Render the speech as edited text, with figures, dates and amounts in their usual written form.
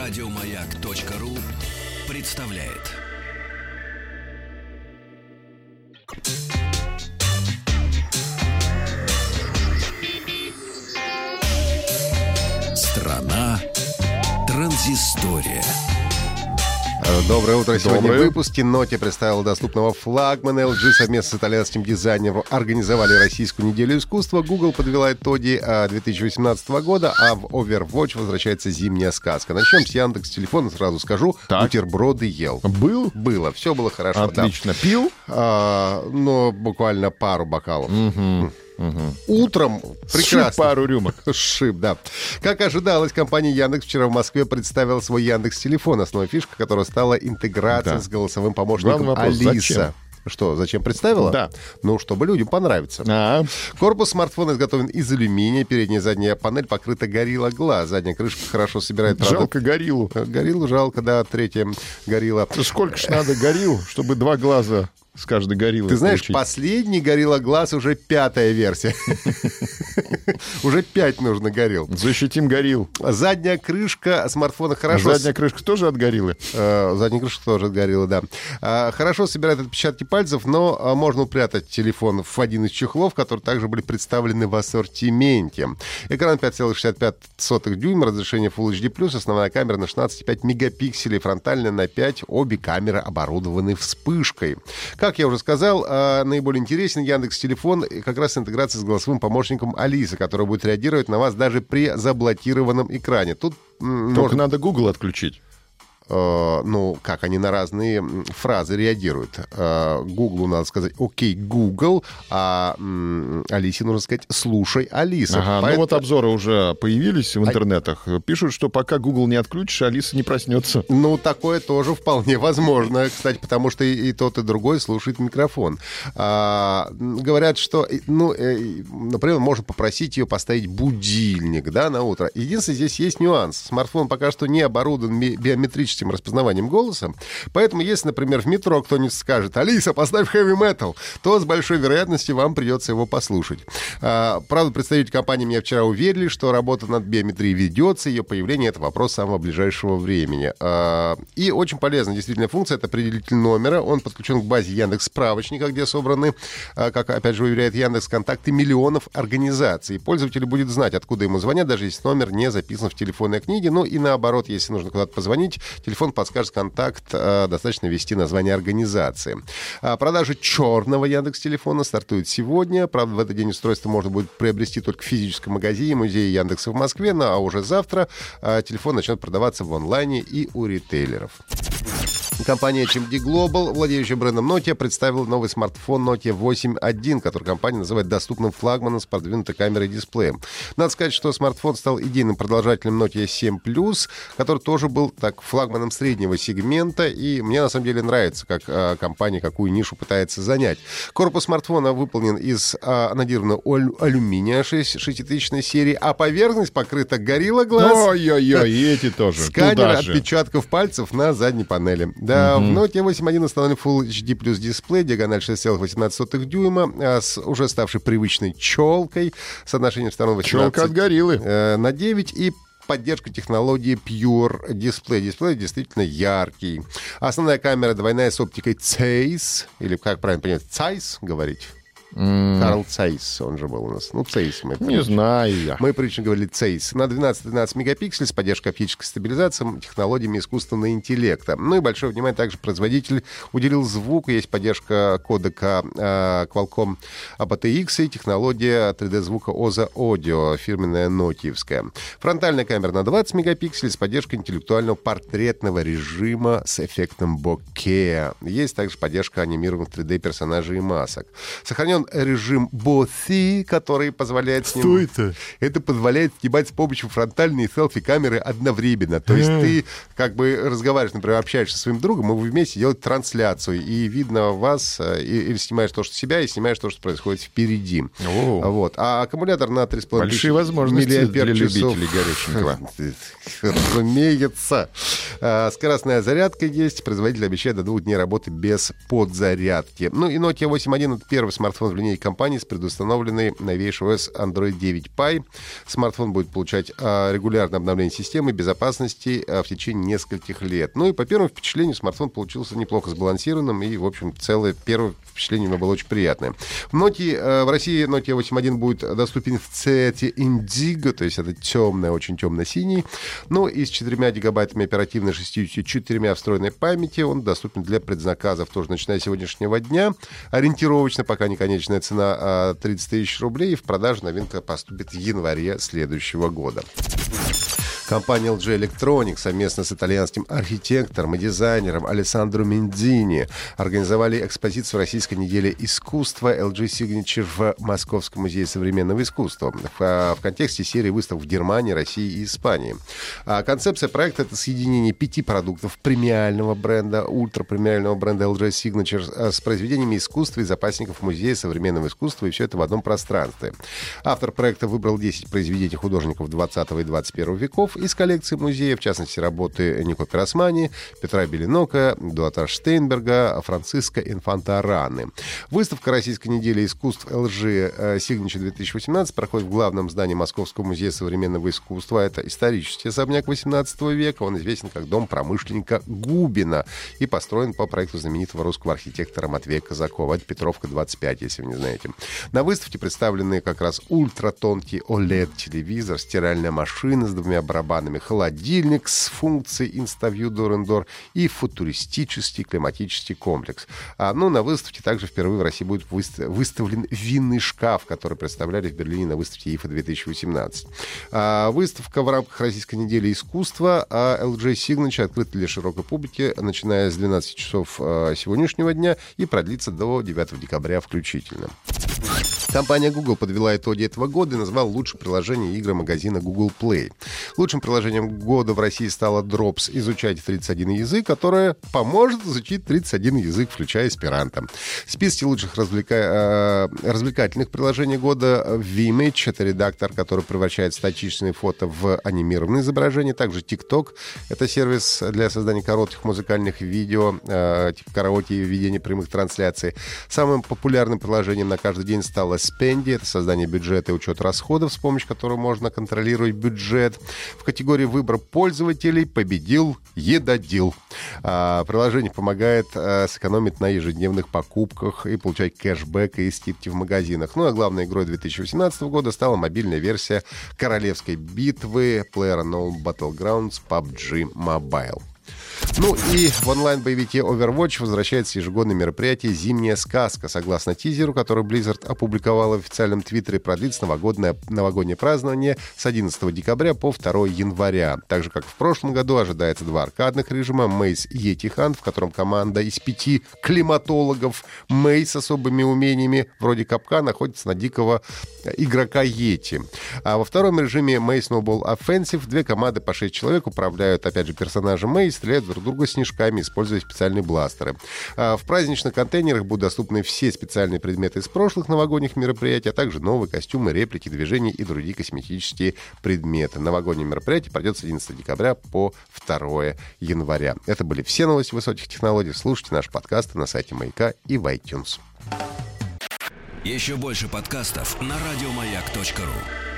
Радиомаяк.ру представляет. Страна транзистория. Доброе утро. Сегодня в выпуске Nokia представила доступного флагмана. LG совместно с итальянским дизайнером организовали российскую неделю искусства. Google подвела итоги 2018 года, а в Overwatch возвращается зимняя сказка. Начнем с Яндекс.Телефона. Сразу скажу, бутерброды ел. Было. Все было хорошо. Отлично. Да. Пил? Но буквально пару бокалов. Утром прекрасно. Шип пару рюмок. Шип, да. Как ожидалось, компания Яндекс вчера в Москве представила свой Яндекс.Телефон. Основная фишка, которая стала интеграция с голосовым помощником Алиса. Зачем? Что, зачем представила? Да. Ну, чтобы людям понравится. Корпус смартфона изготовлен из алюминия. Передняя и задняя панель покрыта Gorilla Glass. Задняя крышка хорошо собирает... Жалко гориллу. Гориллу жалко, да. Третья горилла. Сколько ж надо горилл, чтобы два глаза с каждой гориллой Ты знаешь, получить? последний Gorilla Glass уже 5-я версия. Уже 5 нужно горилл. Защитим горилл. Задняя крышка смартфона хорошо... Задняя крышка тоже от гориллы? Задняя крышка тоже от гориллы, да. Хорошо собирает отпечатки пальцев, но можно упрятать телефон в один из чехлов, которые также были представлены в ассортименте. Экран 5,65 дюйма, разрешение Full HD+, основная камера на 16,5 мегапикселей, фронтальная на 5, обе камеры оборудованы вспышкой. Как я уже сказал, наиболее интересен Яндекс.Телефон как раз интеграция с голосовым помощником Алиса, который будет реагировать на вас даже при заблокированном экране. Тут только надо Google отключить. Ну, как они на разные фразы реагируют. Гуглу надо сказать «Окей, Google», а Алисе нужно сказать «Слушай, Алиса». Ну вот обзоры уже появились в интернетах. Пишут, что пока Google не отключишь, Алиса не проснется. Ну, такое тоже вполне возможно, кстати, потому что и тот, и другой слушает микрофон. Говорят, что, например, можно попросить ее поставить будильник, да, на утро. Единственное, здесь есть нюанс. Смартфон пока что не оборудован биометрическим распознаванием голоса. Поэтому, если, например, в метро кто-нибудь скажет «Алиса, поставь heavy metal», то с большой вероятностью вам придется его послушать. Правда, представители компании меня вчера уверили, что работа над биометрией ведется, ее появление — это вопрос самого ближайшего времени. И очень полезная действительно функция — это определитель номера. Он подключен к базе Яндекс.Справочника, где собраны, как опять же уверяет Яндекс, контакты миллионов организаций. Пользователь будет знать, откуда ему звонят, даже если номер не записан в телефонной книге. Ну и наоборот, если нужно куда-то позвонить, телефон подскажет контакт, достаточно ввести название организации. Продажа черного Яндекс.Телефона стартует сегодня. Правда, в этот день устройство можно будет приобрести только в физическом магазине музея Яндекса в Москве, а уже завтра телефон начнет продаваться в онлайне и у ритейлеров. Компания HMD Global, владеющая брендом Nokia, представила новый смартфон Nokia 8.1, который компания называет доступным флагманом с продвинутой камерой и дисплеем. Надо сказать, что смартфон стал идейным продолжателем Nokia 7 Plus, который тоже был так флагманом среднего сегмента, и мне на самом деле нравится, как компания какую нишу пытается занять. Корпус смартфона выполнен из анодированного алюминия 6000 серии, а поверхность покрыта Gorilla Glass. Ой-ой-ой, и эти тоже. Сканер отпечатков пальцев на задней панели. Да, в Nokia 8.1 установлен Full HD Plus дисплей, диагональ 6,18 дюйма, с уже ставшей привычной челкой, соотношением сторон 18 челка от гориллы на 9 и поддержка технологии Pure Display. Дисплей действительно яркий. Основная камера двойная с оптикой Zeiss, или как правильно понять, Zeiss говорить? Карл Цейс, он же был у нас. Ну, Цейс мы. Не знаю я. Мы прежде говорили Цейс. На 12-12 мегапикселей с поддержкой оптической стабилизации, технологиями искусственного интеллекта. Ну и большое внимание также производитель уделил звуку. Есть поддержка кодека Qualcomm aptX и технология 3D-звука OZA Audio, фирменная нокиевская. Фронтальная камера на 20 мегапикселей с поддержкой интеллектуального портретного режима с эффектом боке. Есть также поддержка анимированных 3D-персонажей и масок. Сохранен режим Bothie, который позволяет с ним... Что это? Это позволяет снимать с помощью фронтальной и селфи-камеры одновременно. То есть ты как бы разговариваешь, например, общаешься со своим другом, и вы вместе делаете трансляцию, и видно вас, или снимаешь то, что себя, и снимаешь то, что происходит впереди. Вот. А аккумулятор на 3,5 большие возможности для любителей горяченького. Разумеется. Скоростная зарядка есть. Производитель обещает до 2 дней работы без подзарядки. Ну и Nokia 8.1 — это первый смартфон в линейке компании с предустановленной новейшей ОС Android 9 Pie. Смартфон будет получать регулярное обновление системы безопасности в течение нескольких лет. Ну и по первому впечатлению смартфон получился неплохо сбалансированным, и, в общем, целое первое впечатление у меня было очень приятное. В России Nokia 8.1 будет доступен в цвете Indigo, то есть это очень темно-синий. Ну и с 4 гигабайтами оперативной, 64 встроенной памяти он доступен для предзаказов тоже начиная с сегодняшнего дня. Ориентировочно, пока не конечная цена, 30 тысяч рублей. В продажу новинка поступит в январе следующего года. Компания LG Electronics совместно с итальянским архитектором и дизайнером Алессандро Мендини организовали экспозицию Российской недели искусства LG Signature в Московском музее современного искусства в контексте серии выставок в Германии, России и Испании. Концепция проекта — это соединение 5 продуктов премиального бренда, ультрапремиального бренда LG Signature с произведениями искусства и запасников музея современного искусства, и все это в одном пространстве. Автор проекта выбрал 10 произведений художников 20 и 21 веков из коллекции музея, в частности, работы Нико Пиросмани, Петра Белинока, Эдуарда Штейнберга, Франциско Инфантараны. Выставка Российской недели искусств LG Signature 2018 проходит в главном здании Московского музея современного искусства. Это исторический особняк 18 века. Он известен как дом промышленника Губина и построен по проекту знаменитого русского архитектора Матвея Казакова. Это Петровка 25, если вы не знаете. На выставке представлены как раз ультратонкий OLED-телевизор, стиральная машина с 2 барабанами, холодильник с функцией InstaView Door and Door и футуристический климатический комплекс. На выставке также впервые в России будет выставлен винный шкаф, который представляли в Берлине на выставке IFA 2018. Выставка в рамках Российской недели искусства LG Signature открыта для широкой публики, начиная с 12 часов сегодняшнего дня и продлится до 9 декабря включительно. Компания Google подвела итоги этого года и назвала лучшее приложение игры магазина Google Play. Лучшим приложением года в России стало Drops «Изучайте 31 язык», которое поможет изучить 31 язык, включая эсперанто. В списке лучших развлекательных приложений года Vimage — это редактор, который превращает статичные фото в анимированные изображения. Также TikTok — это сервис для создания коротких музыкальных видео, типа караоке и ведения прямых трансляций. Самым популярным приложением на каждый день стало Spendi — это создание бюджета и учет расходов, с помощью которого можно контролировать бюджет. В категории «Выбор пользователей» победил Едодил. Приложение помогает сэкономить на ежедневных покупках и получать кэшбэк и скидки в магазинах. Ну а главной игрой 2018 года стала мобильная версия королевской битвы PlayerUnknown's Battlegrounds PUBG Mobile. Ну и в онлайн-боевике Overwatch возвращается январное мероприятие «Зимняя сказка». Согласно тизеру, который Blizzard опубликовала в официальном твиттере, продлится новогоднее празднование с 11 декабря по 2 января. Так же, как в прошлом году, ожидается 2 аркадных режима: Maze Yeti Hunt, в котором команда из 5 климатологов Maze с особыми умениями, вроде Капка, находится на дикого игрока Йети. А во втором режиме Maze Snowball Offensive 2 команды по 6 человек управляют, опять же, персонажем Maze, стреляют друг друга снежками, используя специальные бластеры. В праздничных контейнерах будут доступны все специальные предметы из прошлых новогодних мероприятий, а также новые костюмы, реплики, движения и другие косметические предметы. Новогоднее мероприятие пройдет с 11 декабря по 2 января. Это были все новости высоких технологий. Слушайте наши подкасты на сайте Маяка и в iTunes. Еще больше подкастов на радиомаяк.ру.